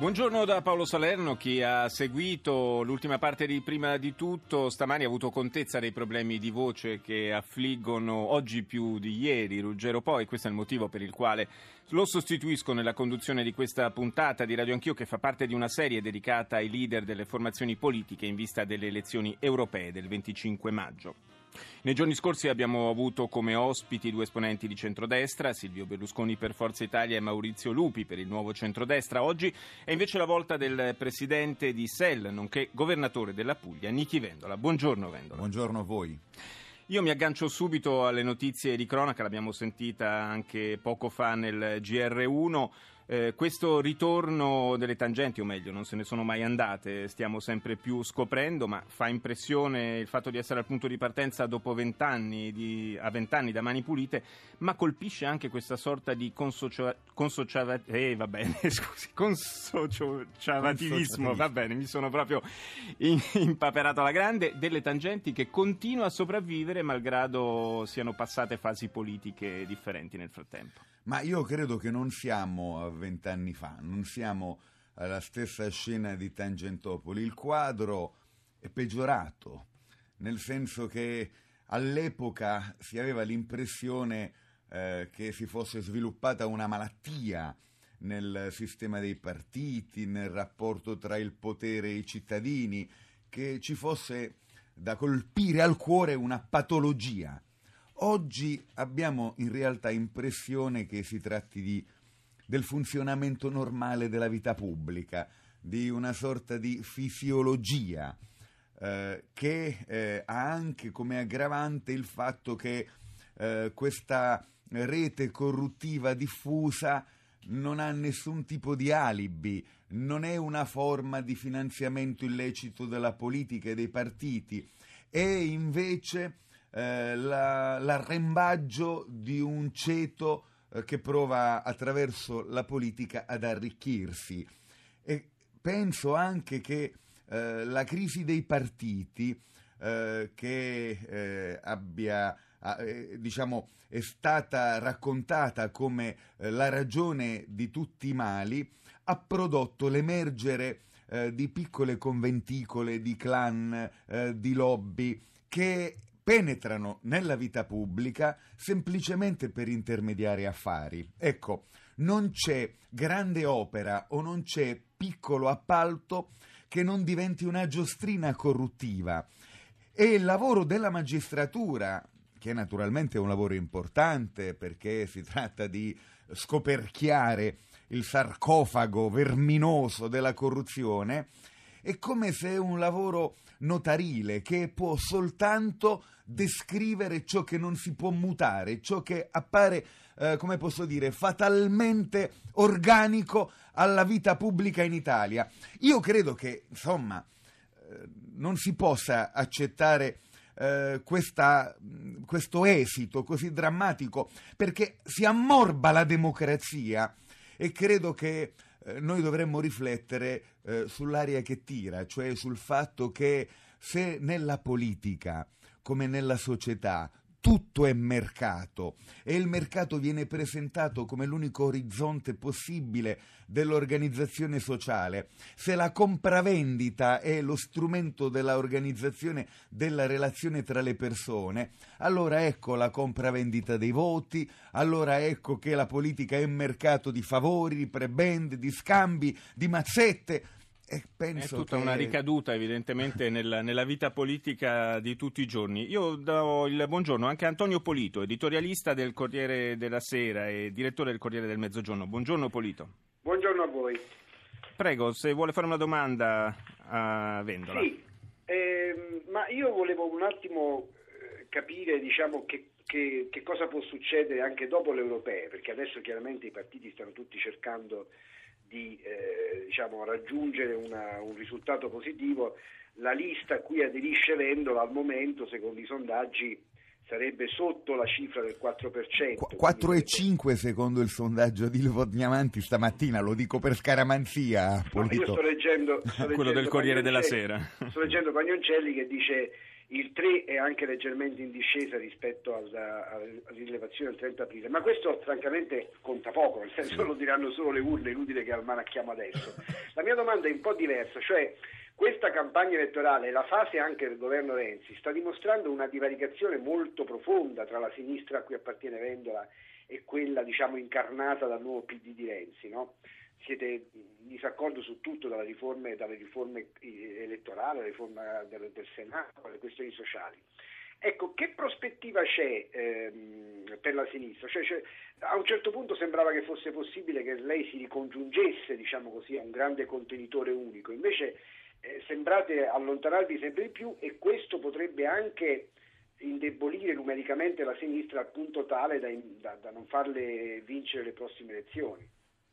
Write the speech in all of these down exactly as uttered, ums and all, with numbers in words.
Buongiorno da Paolo Salerno. Chi ha seguito l'ultima parte di Prima di Tutto stamani ha avuto contezza dei problemi di voce che affliggono oggi più di ieri Ruggero Po, e questo è il motivo per il quale lo sostituisco nella conduzione di questa puntata di Radio Anch'io, che fa parte di una serie dedicata ai leader delle formazioni politiche in vista delle elezioni europee del venticinque maggio. Nei giorni scorsi abbiamo avuto come ospiti due esponenti di centrodestra, Silvio Berlusconi per Forza Italia e Maurizio Lupi per il Nuovo Centrodestra. Oggi è invece la volta del presidente di S E L, nonché governatore della Puglia, Nichi Vendola. Buongiorno Vendola. Buongiorno a voi. Io mi aggancio subito alle notizie di cronaca, l'abbiamo sentita anche poco fa nel G R uno. Eh, questo ritorno delle tangenti, o meglio, non se ne sono mai andate, stiamo sempre più scoprendo, ma fa impressione il fatto di essere al punto di partenza dopo vent'anni, di, a vent'anni da Mani Pulite, ma colpisce anche questa sorta di consocia, consociava, eh, va bene, scusi, consociativismo, va bene, mi sono proprio in, impaperato alla grande, delle tangenti che continua a sopravvivere malgrado siano passate fasi politiche differenti nel frattempo. Ma io credo che non siamo a vent'anni fa, non siamo alla stessa scena di Tangentopoli. Il quadro è peggiorato, nel senso che all'epoca si aveva l'impressione eh, che si fosse sviluppata una malattia nel sistema dei partiti, nel rapporto tra il potere e i cittadini, che ci fosse da colpire al cuore una patologia. Oggi abbiamo in realtà impressione che si tratti di, del funzionamento normale della vita pubblica, di una sorta di fisiologia eh, che eh, ha anche come aggravante il fatto che eh, questa rete corruttiva diffusa non ha nessun tipo di alibi, non è una forma di finanziamento illecito della politica e dei partiti, è invece Eh, la, l'arrembaggio di un ceto eh, che prova attraverso la politica ad arricchirsi. E penso anche che eh, la crisi dei partiti eh, che eh, abbia eh, diciamo è stata raccontata come eh, la ragione di tutti i mali ha prodotto l'emergere eh, di piccole conventicole, di clan, eh, di lobby che penetrano nella vita pubblica semplicemente per intermediare affari. Ecco, non c'è grande opera o non c'è piccolo appalto che non diventi una giostrina corruttiva. E il lavoro della magistratura, che naturalmente è un lavoro importante perché si tratta di scoperchiare il sarcofago verminoso della corruzione, è come se è un lavoro notarile che può soltanto descrivere ciò che non si può mutare, ciò che appare, eh, come posso dire, fatalmente organico alla vita pubblica in Italia. Io credo che, insomma, eh, non si possa accettare eh, questa, questo esito così drammatico, perché si ammorba la democrazia, e credo che Eh, noi dovremmo riflettere eh, sull'aria che tira, cioè sul fatto che se nella politica, come nella società, tutto è mercato e il mercato viene presentato come l'unico orizzonte possibile dell'organizzazione sociale, se la compravendita è lo strumento della organizzazione della relazione tra le persone, allora ecco la compravendita dei voti, allora ecco che la politica è mercato di favori, di prebende, di scambi, di mazzette. E penso è tutta che... una ricaduta evidentemente nella, nella vita politica di tutti i giorni. Io do il buongiorno anche a Antonio Polito, editorialista del Corriere della Sera e direttore del Corriere del Mezzogiorno. Buongiorno Polito. Buongiorno a voi. Prego, se vuole fare una domanda a Vendola. Sì, ehm, ma io volevo un attimo eh, capire, diciamo, che, che, che cosa può succedere anche dopo le europee, perché adesso chiaramente i partiti stanno tutti cercando di eh, diciamo, raggiungere una, un risultato positivo. La lista a cui aderisce Vendola al momento, secondo i sondaggi, sarebbe sotto la cifra del quattro per cento. quattro virgola cinque secondo il sondaggio di Ilvo Diamanti stamattina, lo dico per scaramanzia. No, io sto leggendo, sto quello leggendo del Corriere della Sera. Sto leggendo Pagnoncelli che dice il tre è anche leggermente in discesa rispetto alla, alla rilevazione del trenta aprile, ma questo francamente conta poco, nel senso lo diranno solo le urne, è inutile che almanacchiamo adesso. La mia domanda è un po' diversa, cioè questa campagna elettorale, la fase anche del governo Renzi, sta dimostrando una divaricazione molto profonda tra la sinistra a cui appartiene Vendola e quella, diciamo, incarnata dal nuovo P D di Renzi, no? Siete in disaccordo su tutto, dalle riforme, dalle riforme elettorali, alla riforma del, del Senato, alle questioni sociali. Ecco, che prospettiva c'è ehm, per la sinistra? Cioè, cioè, a un certo punto sembrava che fosse possibile che lei si ricongiungesse, diciamo così, a un grande contenitore unico, invece eh, sembrate allontanarvi sempre di più, e questo potrebbe anche indebolire numericamente la sinistra al punto tale da, da, da non farle vincere le prossime elezioni.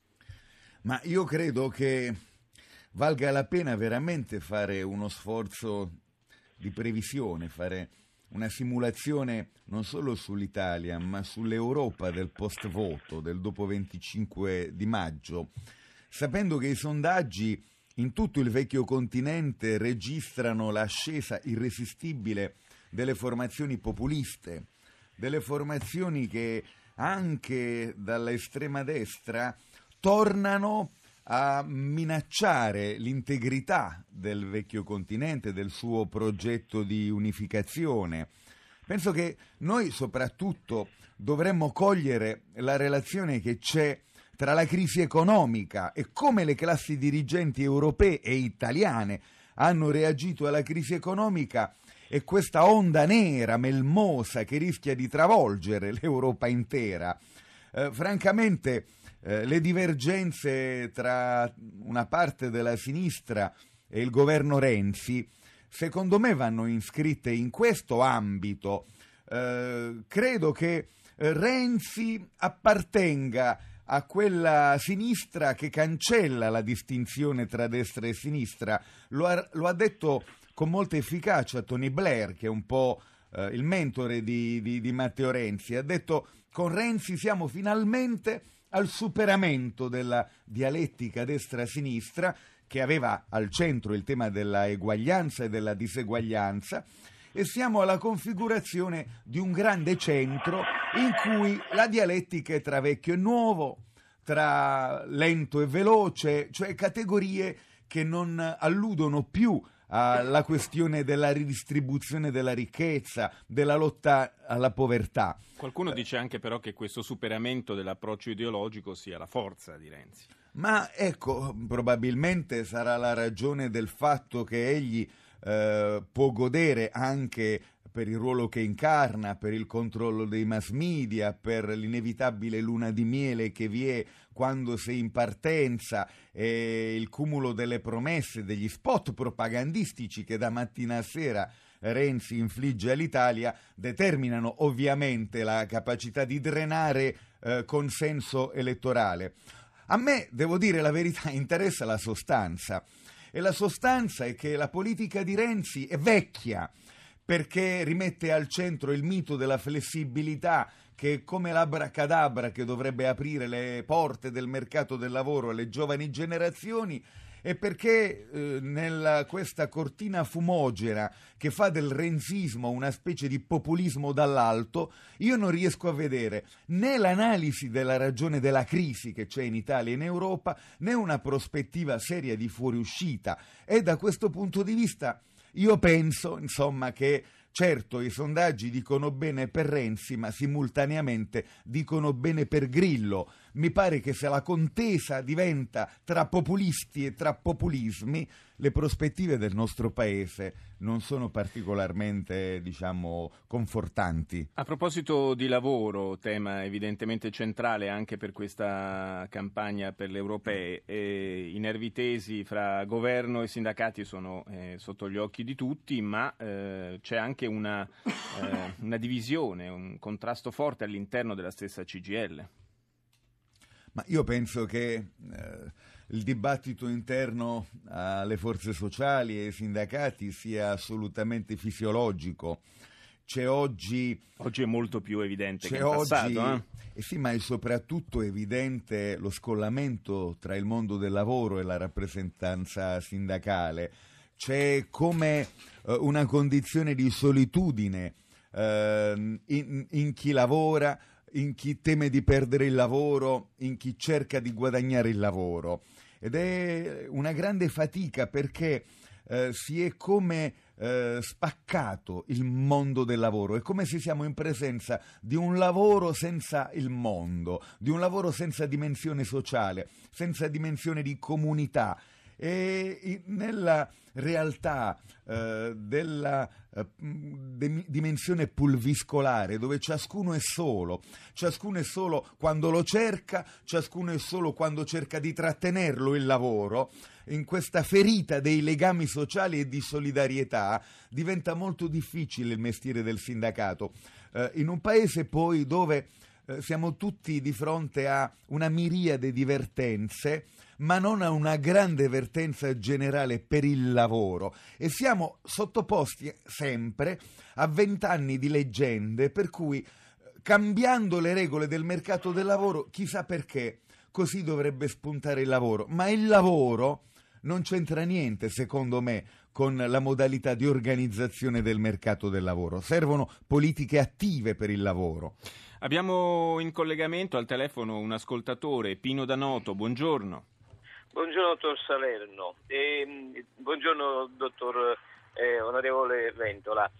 Ma io credo che valga la pena veramente fare uno sforzo di previsione, fare una simulazione non solo sull'Italia, ma sull'Europa del post-voto, del dopo venticinque di maggio, sapendo che i sondaggi in tutto il vecchio continente registrano l'ascesa irresistibile delle formazioni populiste, delle formazioni che anche dall'estrema destra tornano a minacciare l'integrità del vecchio continente, del suo progetto di unificazione. Penso che noi soprattutto dovremmo cogliere la relazione che c'è tra la crisi economica e come le classi dirigenti europee e italiane hanno reagito alla crisi economica e questa onda nera, melmosa, che rischia di travolgere l'Europa intera. Eh, francamente, Eh, le divergenze tra una parte della sinistra e il governo Renzi secondo me vanno iscritte in questo ambito. Eh, credo che Renzi appartenga a quella sinistra che cancella la distinzione tra destra e sinistra. Lo ha, lo ha detto con molta efficacia Tony Blair, che è un po' eh, il mentore di, di, di Matteo Renzi. Ha detto: con Renzi siamo finalmente al superamento della dialettica destra-sinistra, che aveva al centro il tema della eguaglianza e della diseguaglianza, e siamo alla configurazione di un grande centro in cui la dialettica è tra vecchio e nuovo, tra lento e veloce, cioè categorie che non alludono più alla questione della ridistribuzione della ricchezza, della lotta alla povertà. Qualcuno dice anche però che questo superamento dell'approccio ideologico sia la forza di Renzi. Ma ecco, probabilmente sarà la ragione del fatto che egli eh, può godere anche per il ruolo che incarna, per il controllo dei mass media, per l'inevitabile luna di miele che vi è quando sei in partenza, e il cumulo delle promesse, degli spot propagandistici che da mattina a sera Renzi infligge all'Italia, determinano ovviamente la capacità di drenare eh, consenso elettorale. A me, devo dire la verità, interessa la sostanza, e la sostanza è che la politica di Renzi è vecchia, perché rimette al centro il mito della flessibilità, che è come l'abracadabra che dovrebbe aprire le porte del mercato del lavoro alle giovani generazioni, e perché eh, nella questa cortina fumogena che fa del renzismo una specie di populismo dall'alto, io non riesco a vedere né l'analisi della ragione della crisi che c'è in Italia e in Europa, né una prospettiva seria di fuoriuscita. E da questo punto di vista io penso, insomma, che certo i sondaggi dicono bene per Renzi, ma simultaneamente dicono bene per Grillo. Mi pare che se la contesa diventa tra populisti e tra populismi, le prospettive del nostro paese non sono particolarmente, diciamo, confortanti. A proposito di lavoro, tema evidentemente centrale anche per questa campagna per le europee, eh, i nervi tesi fra governo e sindacati sono eh, sotto gli occhi di tutti, ma eh, c'è anche una, eh, una divisione, un contrasto forte all'interno della stessa C G I L. Ma io penso che eh, il dibattito interno alle forze sociali e ai sindacati sia assolutamente fisiologico. C'è oggi... Oggi è molto più evidente c'è che in passato. Oggi, eh? eh sì, ma è soprattutto evidente lo scollamento tra il mondo del lavoro e la rappresentanza sindacale, c'è come eh, una condizione di solitudine eh, in, in chi lavora, in chi teme di perdere il lavoro, in chi cerca di guadagnare il lavoro. Ed è una grande fatica perché eh, si è come eh, spaccato il mondo del lavoro. È come se siamo in presenza di un lavoro senza il mondo, di un lavoro senza dimensione sociale, senza dimensione di comunità. E nella realtà eh, della eh, de- dimensione pulviscolare, dove ciascuno è solo, ciascuno è solo quando lo cerca, ciascuno è solo quando cerca di trattenerlo il lavoro, in questa ferita dei legami sociali e di solidarietà diventa molto difficile il mestiere del sindacato. Eh, in un paese poi dove eh, siamo tutti di fronte a una miriade di vertenze, ma non a una grande vertenza generale per il lavoro, e siamo sottoposti sempre a vent'anni di leggende per cui, cambiando le regole del mercato del lavoro, chissà perché, così dovrebbe spuntare il lavoro, ma il lavoro non c'entra niente, secondo me, con la modalità di organizzazione del mercato del lavoro. Servono politiche attive per il lavoro. Abbiamo in collegamento al telefono un ascoltatore, Pino Danoto, buongiorno. Buongiorno dottor Salerno, e, buongiorno dottor eh, onorevole Ventola.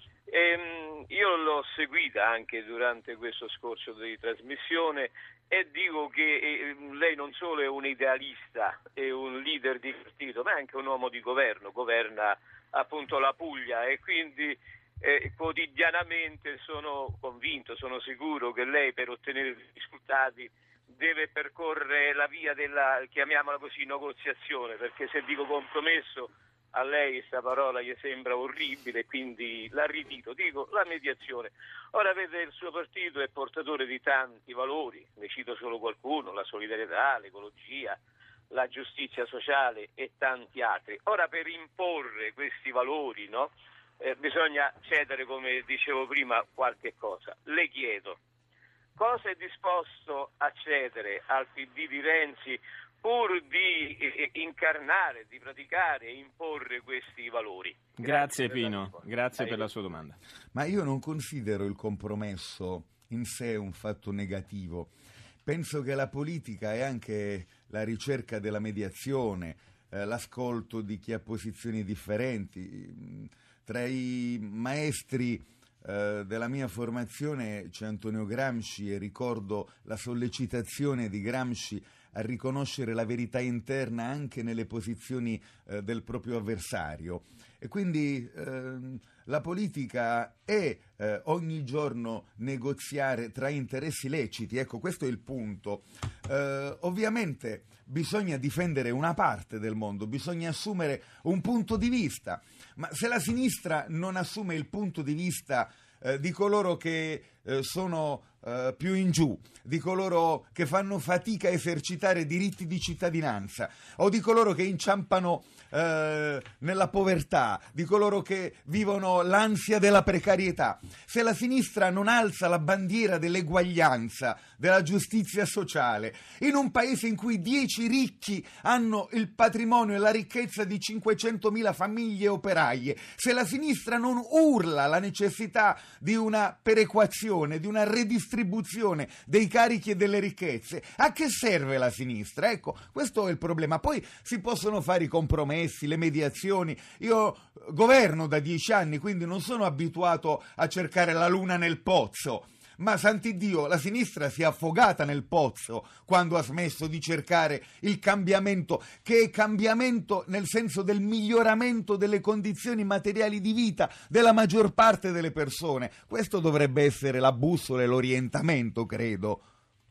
E, io l'ho seguita anche durante questo scorcio di trasmissione e dico che eh, lei non solo è un idealista e un leader di partito, ma è anche un uomo di governo, governa appunto la Puglia, e quindi eh, quotidianamente sono convinto, sono sicuro che lei, per ottenere risultati, deve percorrere la via della, chiamiamola così, negoziazione, perché se dico compromesso a lei questa parola gli sembra orribile, quindi la ritiro, dico la mediazione. Ora vede, il suo partito è portatore di tanti valori, ne cito solo qualcuno: la solidarietà, l'ecologia, la giustizia sociale e tanti altri. Ora, per imporre questi valori, no, eh, bisogna cedere, come dicevo prima, qualche cosa. Le chiedo: cosa è disposto a cedere al P D di Renzi pur di eh, incarnare, di praticare e imporre questi valori? Grazie, Grazie Pino, grazie per la sua domanda. Ma io non considero il compromesso in sé un fatto negativo. Penso che la politica è anche la ricerca della mediazione, eh, l'ascolto di chi ha posizioni differenti. Tra i maestri Uh, della mia formazione c'è Antonio Gramsci, e ricordo la sollecitazione di Gramsci a riconoscere la verità interna anche nelle posizioni uh, del proprio avversario. E quindi uh, la politica è uh, ogni giorno negoziare tra interessi leciti, ecco, questo è il punto. Uh, ovviamente bisogna difendere una parte del mondo, bisogna assumere un punto di vista, ma se la sinistra non assume il punto di vista eh, di coloro che eh, sono eh, più in giù, di coloro che fanno fatica a esercitare diritti di cittadinanza, o di coloro che inciampano eh, nella povertà, di coloro che vivono l'ansia della precarietà, se la sinistra non alza la bandiera dell'eguaglianza, della giustizia sociale, in un paese in cui dieci ricchi hanno il patrimonio e la ricchezza di cinquecentomila famiglie operaie, se la sinistra non urla la necessità di una perequazione, di una redistribuzione dei carichi e delle ricchezze, a che serve la sinistra? Ecco, questo è il problema. Poi si possono fare i compromessi, le mediazioni. Io governo da dieci anni, quindi non sono abituato a cercare la luna nel pozzo. Ma sant'Iddio, la sinistra si è affogata nel pozzo quando ha smesso di cercare il cambiamento, che è cambiamento nel senso del miglioramento delle condizioni materiali di vita della maggior parte delle persone. Questo dovrebbe essere la bussola e l'orientamento, credo.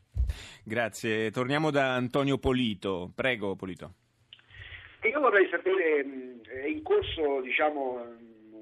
Grazie. Torniamo da Antonio Polito. Prego, Polito. Io vorrei sapere, è in corso, diciamo,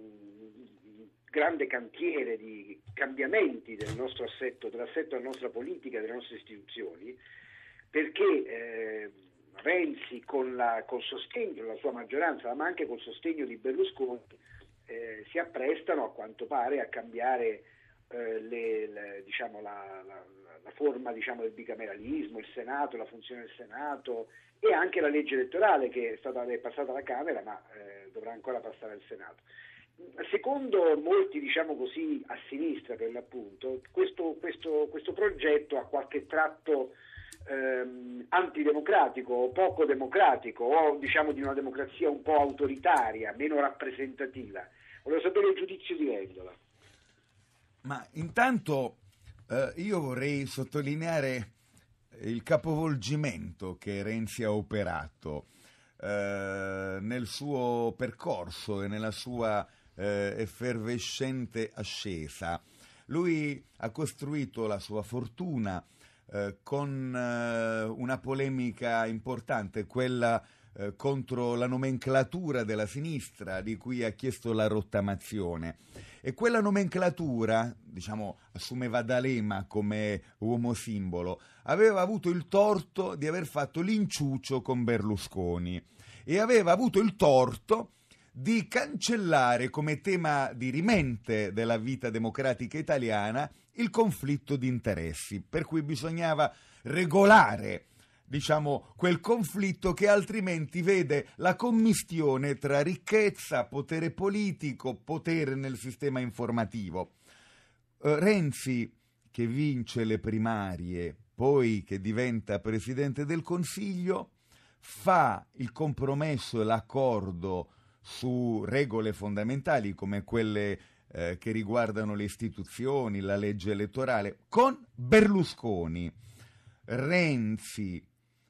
grande cantiere di cambiamenti del nostro assetto, dell'assetto della nostra politica, delle nostre istituzioni, perché eh, Renzi con la, col sostegno della sua maggioranza, ma anche col sostegno di Berlusconi, eh, si apprestano a quanto pare a cambiare eh, le, le, diciamo, la, la, la forma diciamo, del bicameralismo, il Senato, la funzione del Senato e anche la legge elettorale che è stata è passata alla Camera ma eh, dovrà ancora passare al Senato. Secondo molti, diciamo così, a sinistra per l'appunto, questo, questo, questo progetto ha qualche tratto ehm, antidemocratico o poco democratico o diciamo di una democrazia un po' autoritaria, meno rappresentativa. Volevo sapere il giudizio di Vendola. Ma intanto eh, io vorrei sottolineare il capovolgimento che Renzi ha operato eh, nel suo percorso e nella sua eh, effervescente ascesa. Lui ha costruito la sua fortuna eh, con eh, una polemica importante, quella eh, contro la nomenclatura della sinistra, di cui ha chiesto la rottamazione. E quella nomenclatura, diciamo, assumeva D'Alema come uomo simbolo, aveva avuto il torto di aver fatto l'inciuccio con Berlusconi e aveva avuto il torto di cancellare come tema dirimente della vita democratica italiana il conflitto di interessi, per cui bisognava regolare, diciamo, quel conflitto che altrimenti vede la commistione tra ricchezza, potere politico, potere nel sistema informativo. Uh, Renzi, che vince le primarie, poi che diventa Presidente del Consiglio, fa il compromesso e l'accordo su regole fondamentali come quelle eh, che riguardano le istituzioni, la legge elettorale, con Berlusconi. Renzi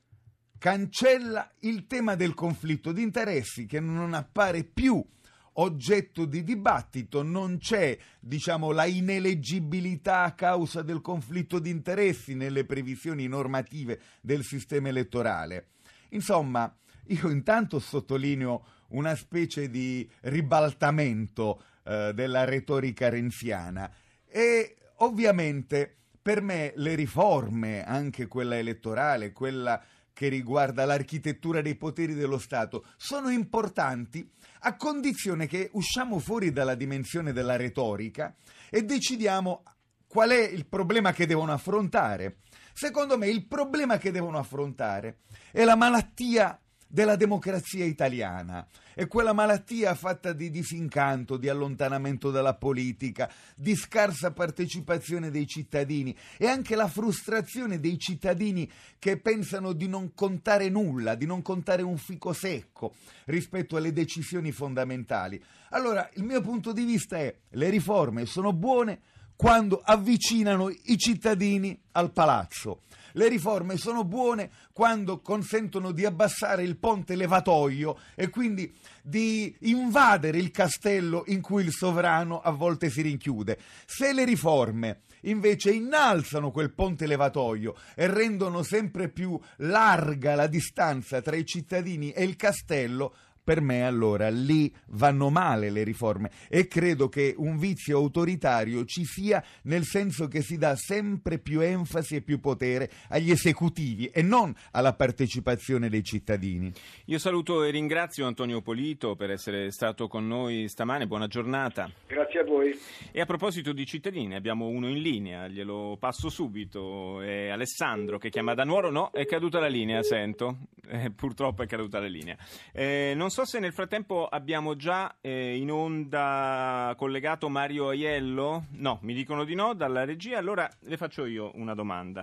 cancella il tema del conflitto di interessi, che non appare più oggetto di dibattito, non c'è, diciamo, la ineleggibilità a causa del conflitto di interessi nelle previsioni normative del sistema elettorale. Insomma, io intanto sottolineo una specie di ribaltamento eh, della retorica renziana e ovviamente per me le riforme, anche quella elettorale, quella che riguarda l'architettura dei poteri dello Stato, sono importanti a condizione che usciamo fuori dalla dimensione della retorica e decidiamo qual è il problema che devono affrontare. Secondo me il problema che devono affrontare è la malattia della democrazia italiana, è quella malattia fatta di disincanto, di allontanamento dalla politica, di scarsa partecipazione dei cittadini e anche la frustrazione dei cittadini che pensano di non contare nulla, di non contare un fico secco rispetto alle decisioni fondamentali. Allora, il mio punto di vista è: le riforme sono buone quando avvicinano i cittadini al palazzo. Le riforme sono buone quando consentono di abbassare il ponte levatoio e quindi di invadere il castello in cui il sovrano a volte si rinchiude. Se le riforme invece innalzano quel ponte levatoio e rendono sempre più larga la distanza tra i cittadini e il castello, per me allora lì vanno male le riforme e credo che un vizio autoritario ci sia, nel senso che si dà sempre più enfasi e più potere agli esecutivi e non alla partecipazione dei cittadini. Io saluto e ringrazio Antonio Polito per essere stato con noi stamane, buona giornata. Grazie a voi. E a proposito di cittadini, abbiamo uno in linea, glielo passo subito, è Alessandro che chiama da Nuoro. No, è caduta la linea, sento, eh, purtroppo è caduta la linea. Eh, non so se nel frattempo abbiamo già eh, in onda collegato Mario Aiello. No, mi dicono di no dalla regia. Allora le faccio io una domanda.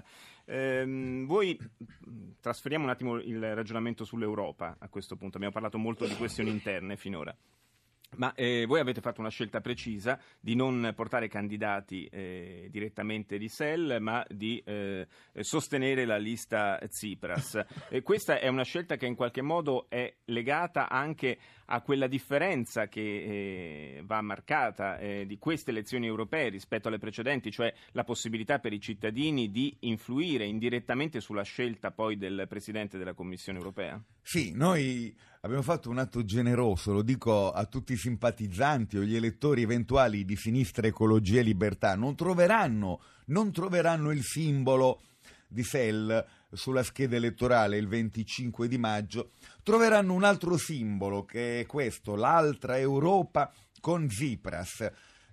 Eh, voi trasferiamo un attimo il ragionamento sull'Europa a questo punto. Abbiamo parlato molto di questioni interne finora. Ma eh, voi avete fatto una scelta precisa di non portare candidati eh, direttamente di S E L, ma di eh, sostenere la lista Tsipras. E questa è una scelta che in qualche modo è legata anche a quella differenza che eh, va marcata eh, di queste elezioni europee rispetto alle precedenti, cioè la possibilità per i cittadini di influire indirettamente sulla scelta poi del Presidente della Commissione europea? Sì, noi abbiamo fatto un atto generoso, lo dico a tutti i simpatizzanti o gli elettori eventuali di Sinistra, Ecologia e Libertà, non troveranno, non troveranno il simbolo di S E L sulla scheda elettorale il venticinque di maggio, troveranno un altro simbolo che è questo, l'altra Europa con Tsipras.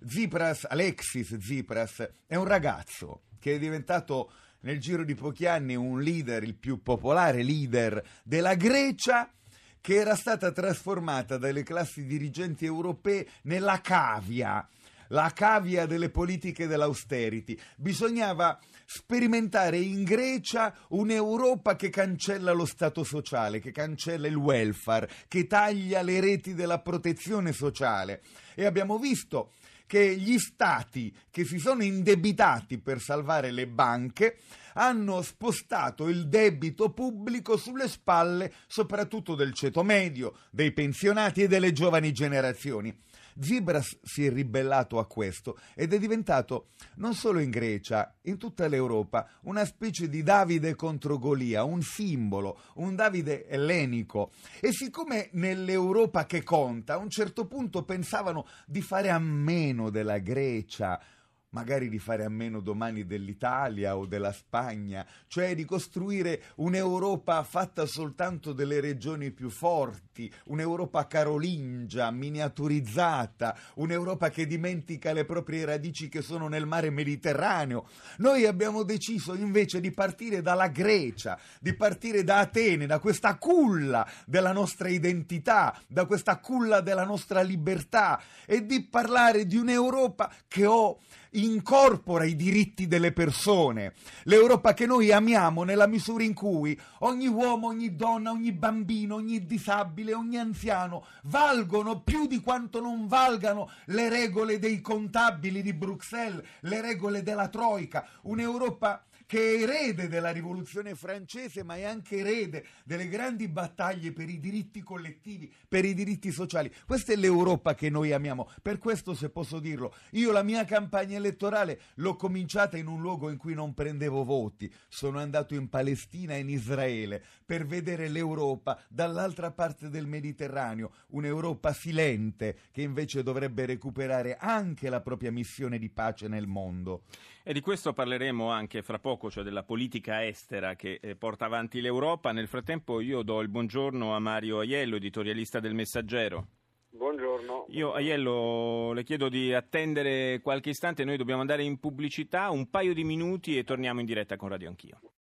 Tsipras, Alexis Tsipras, è un ragazzo che è diventato nel giro di pochi anni un leader, il più popolare leader della Grecia, che era stata trasformata dalle classi dirigenti europee nella cavia, la cavia delle politiche dell'austerity. Bisognava sperimentare in Grecia un'Europa che cancella lo Stato sociale, che cancella il welfare, che taglia le reti della protezione sociale. E abbiamo visto che gli stati che si sono indebitati per salvare le banche hanno spostato il debito pubblico sulle spalle soprattutto del ceto medio, dei pensionati e delle giovani generazioni. Tsipras si è ribellato a questo ed è diventato, non solo in Grecia, in tutta l'Europa, una specie di Davide contro Golia, un simbolo, un Davide ellenico. E siccome nell'Europa che conta, a un certo punto pensavano di fare a meno della Grecia, magari di fare a meno domani dell'Italia o della Spagna, cioè di costruire un'Europa fatta soltanto delle regioni più forti, un'Europa carolingia, miniaturizzata, un'Europa che dimentica le proprie radici che sono nel mare Mediterraneo. Noi abbiamo deciso invece di partire dalla Grecia, di partire da Atene, da questa culla della nostra identità, da questa culla della nostra libertà, e di parlare di un'Europa che ho incorpora i diritti delle persone, l'Europa che noi amiamo nella misura in cui ogni uomo, ogni donna, ogni bambino, ogni disabile, ogni anziano valgono più di quanto non valgano le regole dei contabili di Bruxelles, le regole della Troika, un'Europa che è erede della rivoluzione francese, ma è anche erede delle grandi battaglie per i diritti collettivi, per i diritti sociali. Questa è l'Europa che noi amiamo. Per questo, se posso dirlo, io la mia campagna elettorale l'ho cominciata in un luogo in cui non prendevo voti. Sono andato in Palestina e in Israele per vedere l'Europa dall'altra parte del Mediterraneo, un'Europa silente che invece dovrebbe recuperare anche la propria missione di pace nel mondo. E di questo parleremo anche fra poco, cioè della politica estera che eh, porta avanti l'Europa. Nel frattempo io do il buongiorno a Mario Aiello, editorialista del Messaggero. Buongiorno. Io, Aiello, le chiedo di attendere qualche istante, noi dobbiamo andare in pubblicità, un paio di minuti e torniamo in diretta con Radio Anch'io.